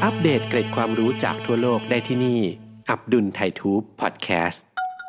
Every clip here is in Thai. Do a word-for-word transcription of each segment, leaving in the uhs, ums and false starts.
อัปเดตเกร็ดความรู้จากทั่วโลกได้ที่นี่อับดุลไททูบพอดแคสต์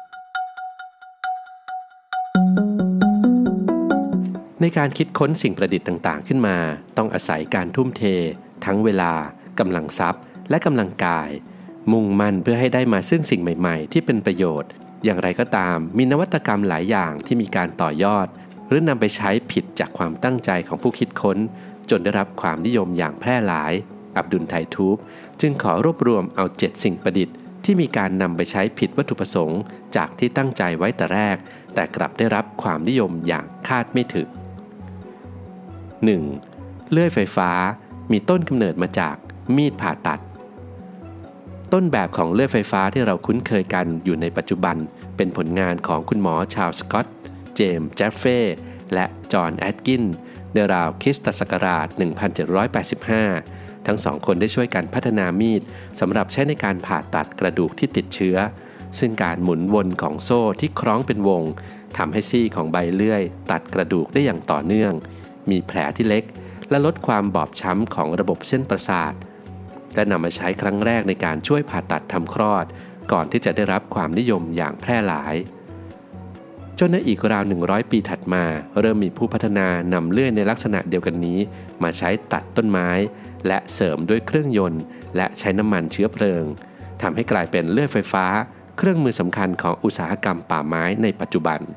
ในการคิดค้นสิ่งประดิษฐ์ต่างๆขึ้นมาต้องอาศัยการทุ่มเททั้งเวลากำลังทรัพย์และกำลังกายมุ่งมั่นเพื่อให้ได้มาซึ่งสิ่งใหม่ๆที่เป็นประโยชน์อย่างไรก็ตามมีนวัตกรรมหลายอย่างที่มีการต่อยอดหรือนำไปใช้ผิดจากความตั้งใจของผู้คิดค้นจนได้รับความนิยมอย่างแพร่หลายอับดุลไททูบจึงขอรวบรวมเอาเจ็ดสิ่งประดิษฐ์ที่มีการนำไปใช้ผิดวัตถุประสงค์จากที่ตั้งใจไว้แต่แรกแต่กลับได้รับความนิยมอย่างคาดไม่ถึง หนึ่ง. เลื่อยไฟฟ้ามีต้นกำเนิดมาจากมีดผ่าตัดต้นแบบของเลื่อยไฟฟ้าที่เราคุ้นเคยกันอยู่ในปัจจุบันเป็นผลงานของคุณหมอชาร์ลส์สก็อตต์เจมส์แจฟเฟ่และจอห์นแอตกินในราวคริสตศักราชหนึ่งพันเจ็ดร้อยแปดสิบห้าทั้งสองคนได้ช่วยกันพัฒนามีดสำหรับใช้ในการผ่าตัดกระดูกที่ติดเชื้อซึ่งการหมุนวนของโซ่ที่คล้องเป็นวงทำให้ซี่ของใบเลื่อยตัดกระดูกได้อย่างต่อเนื่องมีแผลที่เล็กและลดความบอบช้ำของระบบเส้นประสาทและนำมาใช้ครั้งแรกในการช่วยผ่าตัดทำคลอดก่อนที่จะได้รับความนิยมอย่างแพร่หลายจนในอีกราวหนึ่งร้อยปีถัดมาเริ่มมีผู้พัฒนานำเลื่อยในลักษณะเดียวกันนี้มาใช้ตัดต้นไม้และเสริมด้วยเครื่องยนต์และใช้น้ำมันเชื้อเพลิงทำให้กลายเป็นเลื่อยไฟฟ้าเครื่องมือสำคัญของอุตสาหกรรมป่าไม้ในปัจจุบัน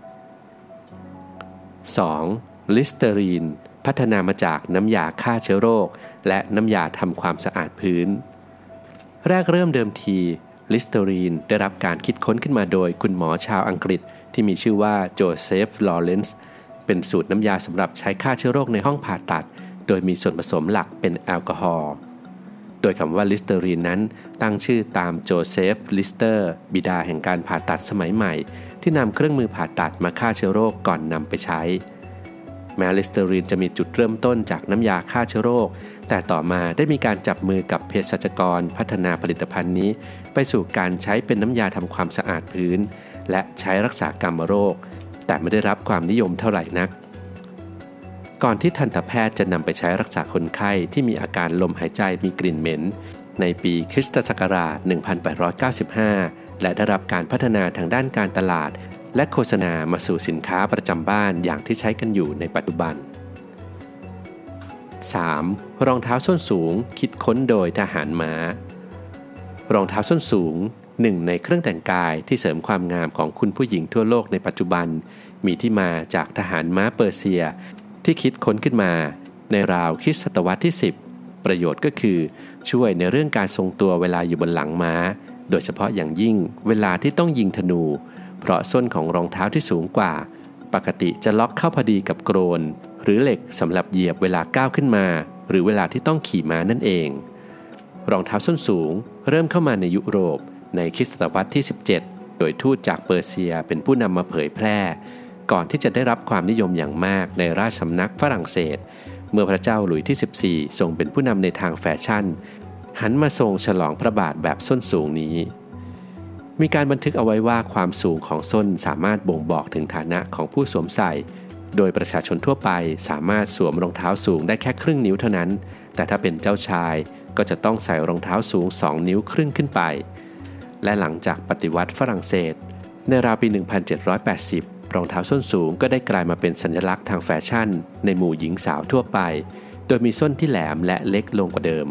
สอง. ลิสเตอรีนพัฒนามาจากน้ำยาฆ่าเชื้อโรคและน้ำยาทำความสะอาดพื้นแรกเริ่มเดิมทีลิสเตอรีนได้รับการคิดค้นขึ้นมาโดยคุณหมอชาวอังกฤษที่มีชื่อว่าโจเซฟลอเรนซ์เป็นสูตรน้ำยาสำหรับใช้ฆ่าเชื้อโรคในห้องผ่าตัดโดยมีส่วนผสมหลักเป็นแอลกอฮอล์โดยคำว่าลิสเตอรีนนั้นตั้งชื่อตามโจเซฟลิสเตอร์บิดาแห่งการผ่าตัดสมัยใหม่ที่นำเครื่องมือผ่าตัดมาฆ่าเชื้อโรคก่อนนำไปใช้แม้ลิสเตอรีนจะมีจุดเริ่มต้นจากน้ำยาฆ่าเชื้อโรคแต่ต่อมาได้มีการจับมือกับเภสัชกรพัฒนาผลิตภัณฑ์นี้ไปสู่การใช้เป็นน้ำยาทำความสะอาดพื้นและใช้รักษากรรมโรคแต่ไม่ได้รับความนิยมเท่าไหร่นักก่อนที่ทันตแพทย์จะนำไปใช้รักษาคนไข้ที่มีอาการลมหายใจมีกลิ่นเหม็นในปีคริสตศักราชหนึ่งพันแปดร้อยเก้าสิบห้าและได้รับการพัฒนาทางด้านการตลาดและโฆษณามาสู่สินค้าประจำบ้านอย่างที่ใช้กันอยู่ในปัจจุบัน สาม. รองเท้าส้นสูงคิดค้นโดยทหารม้ารองเท้าส้นสูงหนึ่งในเครื่องแต่งกายที่เสริมความงามของคุณผู้หญิงทั่วโลกในปัจจุบันมีที่มาจากทหารม้าเปอร์เซียที่คิดค้นขึ้นมาในราวคริสตศตวรรษที่สิบประโยชน์ก็คือช่วยในเรื่องการทรงตัวเวลาอยู่บนหลังม้าโดยเฉพาะอย่างยิ่งเวลาที่ต้องยิงธนูเพราะส้นของรองเท้าที่สูงกว่าปกติจะล็อกเข้าพอดีกับโกรนหรือเหล็กสำหรับเหยียบเวลาก้าวขึ้นมาหรือเวลาที่ต้องขี่ม้านั่นเองรองเท้าส้นสูงเริ่มเข้ามาในยุโรปในคริสตศตวรรษที่สิบเจ็ดโดยทูตจากเปอร์เซียเป็นผู้นำมาเผยแพร่ก่อนที่จะได้รับความนิยมอย่างมากในราชสำนักฝรั่งเศสเมื่อพระเจ้าหลุยส์ที่สิบสี่ทรงเป็นผู้นำในทางแฟชั่นหันมาทรงฉลองพระบาทแบบส้นสูงนี้มีการบันทึกเอาไว้ว่าความสูงของส้นสามารถบ่งบอกถึงฐานะของผู้สวมใส่โดยประชาชนทั่วไปสามารถสวมรองเท้าสูงได้แค่ครึ่งนิ้วเท่านั้นแต่ถ้าเป็นเจ้าชายก็จะต้องใส่รองเท้าสูงสองนิ้วครึ่งขึ้นไปและหลังจากปฏิวัติฝรั่งเศสในราวปีหนึ่งพันเจ็ดร้อยแปดสิบรองเท้าส้นสูงก็ได้กลายมาเป็นสัญลักษณ์ทางแฟชั่นในหมู่หญิงสาวทั่วไปโดยมีส้นที่แหลมและเล็กลงกว่าเดิม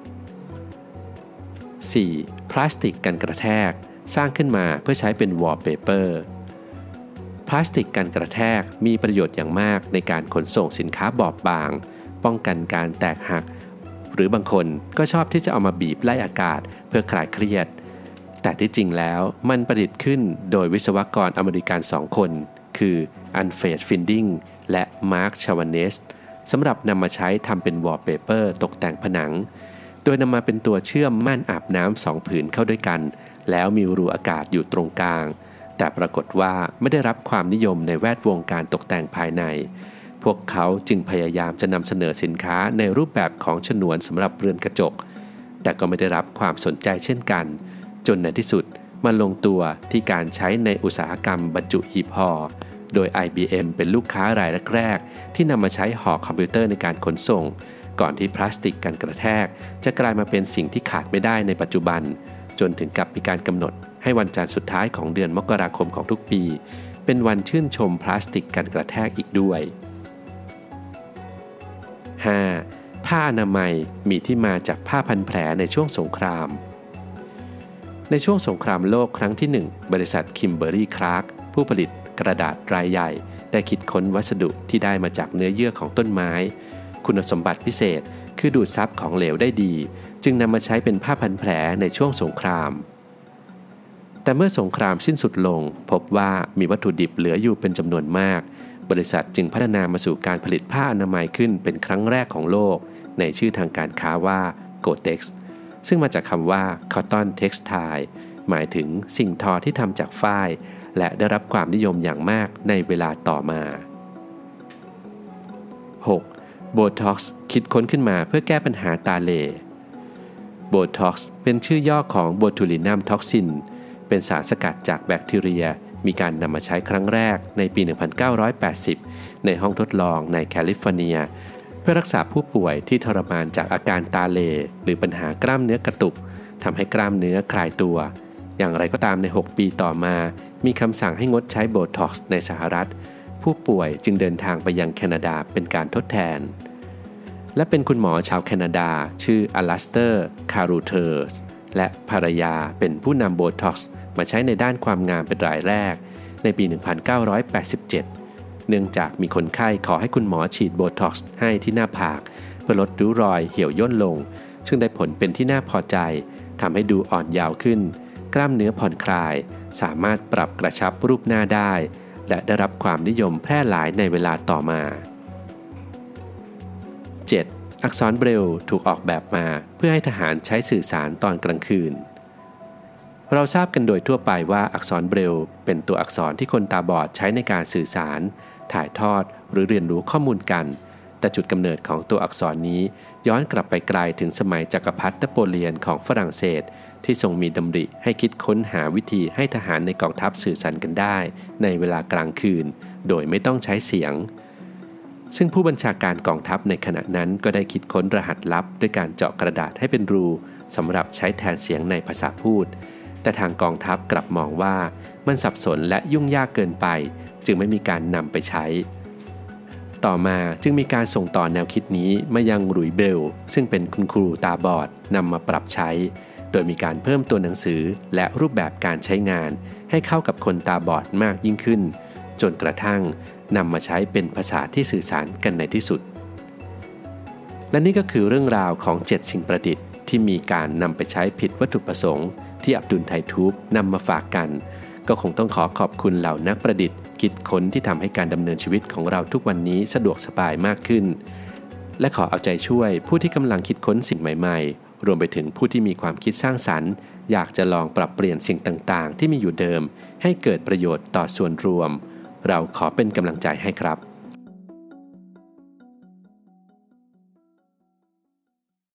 สี่. พลาสติกกันกระแทกสร้างขึ้นมาเพื่อใช้เป็นวอลเปเปอร์พลาสติกกันกระแทกมีประโยชน์อย่างมากในการขนส่งสินค้าบอบบางป้องกันการแตกหักหรือบางคนก็ชอบที่จะเอามาบีบไล่อากาศเพื่อคลายเครียดแต่ที่จริงแล้วมันประดิษฐ์ขึ้นโดยวิศวกรอเมริกันสองคนคืออันเฟรดฟินดิงและมาร์คชาวเนสสำหรับนำมาใช้ทำเป็นวอลเปเปอร์ตกแต่งผนังโดยนำมาเป็นตัวเชื่อมม่านอาบน้ำสองผืนเข้าด้วยกันแล้วมีรูอากาศอยู่ตรงกลางแต่ปรากฏว่าไม่ได้รับความนิยมในแวดวงการตกแต่งภายในพวกเขาจึงพยายามจะนำเสนอสินค้าในรูปแบบของฉนวนสำหรับเรือนกระจกแต่ก็ไม่ได้รับความสนใจเช่นกันจนในที่สุดมาลงตัวที่การใช้ในอุตสาหกรรมบรรจุหีบห่อโดย ไอ บี เอ็ม เป็นลูกค้ารายแรกๆที่นำมาใช้ห่อคอมพิวเตอร์ในการขนส่งก่อนที่พลาสติกกันกระแทกจะกลายมาเป็นสิ่งที่ขาดไม่ได้ในปัจจุบันจนถึงกับมีการกำหนดให้วันจันทร์สุดท้ายของเดือนมกราคมของทุกปีเป็นวันชื่นชมพลาสติกกันกระแทกอีกด้วย ห้า. ผ้าอนามัยมีที่มาจากผ้าพันแผลในช่วงสงครามในช่วงสงครามโลกครั้งที่หนึ่งบริษัทคิมเบอรี่คลาร์กผู้ผลิตกระดาษรายใหญ่ได้คิดค้นวัสดุที่ได้มาจากเนื้อเยื่อของต้นไม้คุณสมบัติพิเศษคือดูดซับของเหลวได้ดีจึงนำมาใช้เป็นผ้าพันแผลในช่วงสงครามแต่เมื่อสงครามสิ้นสุดลงพบว่ามีวัตถุดิบเหลืออยู่เป็นจำนวนมากบริษัทจึงพัฒนามาสู่การผลิตผ้าอนามัยขึ้นเป็นครั้งแรกของโลกในชื่อทางการค้าว่า Gore-Tex ซึ่งมาจากคำว่า Cotton Textile หมายถึงสิ่งทอที่ทำจากฝ้ายและได้รับความนิยมอย่างมากในเวลาต่อมา หก. โบท็อกซ์คิดค้นขึ้นมาเพื่อแก้ปัญหาตาเหล่โบท็อกซ์เป็นชื่อย่อของโบทูลินัมท็อกซินเป็นสารสกัดจากแบคทีเรียมีการนำมาใช้ครั้งแรกในปี หนึ่งพันเก้าร้อยแปดสิบ ในห้องทดลองในแคลิฟอร์เนียเพื่อรักษาผู้ป่วยที่ทรมานจากอาการตาเหล่หรือปัญหากล้ามเนื้อกระตุกทำให้กล้ามเนื้อคลายตัวอย่างไรก็ตามในหกปีต่อมามีคำสั่งให้งดใช้โบท็อกซ์ในสหรัฐผู้ป่วยจึงเดินทางไปยังแคนาดาเป็นการทดแทนและเป็นคุณหมอชาวแคนาดาชื่ออลัสเตอร์คารูเทอร์สและภรรยาเป็นผู้นำโบท็อกซ์มาใช้ในด้านความงามเป็นรายแรกในปี หนึ่งพันเก้าร้อยแปดสิบเจ็ด เนื่องจากมีคนไข้ขอให้คุณหมอฉีดโบท็อกซ์ให้ที่หน้าผากเพื่อลดริ้วรอยเหี่ยวย่นลงซึ่งได้ผลเป็นที่น่าพอใจทำให้ดูอ่อนเยาว์ขึ้นกล้ามเนื้อผ่อนคลายสามารถปรับกระชับรูปหน้าได้และได้รับความนิยมแพร่หลายในเวลาต่อมา เจ็ด. อักษรเบรลล์ถูกออกแบบมาเพื่อให้ทหารใช้สื่อสารตอนกลางคืนเราทราบกันโดยทั่วไปว่าอักษรเบรลล์เป็นตัวอักษรที่คนตาบอดใช้ในการสื่อสารถ่ายทอดหรือเรียนรู้ข้อมูลกันแต่จุดกำเนิดของตัวอักษรนี้ย้อนกลับไปไกลถึงสมัยจักรพรรดินโปเลียนของฝรั่งเศสที่ทรงมีดำริให้คิดค้นหาวิธีให้ทหารในกองทัพสื่อสารกันได้ในเวลากลางคืนโดยไม่ต้องใช้เสียงซึ่งผู้บัญชาการกองทัพในขณะนั้นก็ได้คิดค้นรหัสลับด้วยการเจาะกระดาษให้เป็นรูสำหรับใช้แทนเสียงในภาษาพูดแต่ทางกองทัพกลับมองว่ามันสับสนและยุ่งยากเกินไปจึงไม่มีการนำไปใช้ต่อมาจึงมีการส่งต่อแนวคิดนี้มายังหลุยส์เบลซึ่งเป็นคุณครูตาบอดนำมาปรับใช้โดยมีการเพิ่มตัวหนังสือและรูปแบบการใช้งานให้เข้ากับคนตาบอดมากยิ่งขึ้นจนกระทั่งนำมาใช้เป็นภาษาที่สื่อสารกันในที่สุดและนี่ก็คือเรื่องราวของเจ็ดสิ่งประดิษฐ์ที่มีการนำไปใช้ผิดวัตถุประสงค์ที่อับดุลไททูบนำมาฝากกันก็คงต้องขอขอบคุณเหล่านักประดิษฐ์คิดค้นที่ทำให้การดำเนินชีวิตของเราทุกวันนี้สะดวกสบายมากขึ้นและขอเอาใจช่วยผู้ที่กำลังคิดค้นสิ่งใหม่ๆรวมไปถึงผู้ที่มีความคิดสร้างสรรค์อยากจะลองปรับเปลี่ยนสิ่งต่างๆที่มีอยู่เดิมให้เกิดประโยชน์ต่อส่วนรวมเราขอเป็นกำลังใจให้ครับ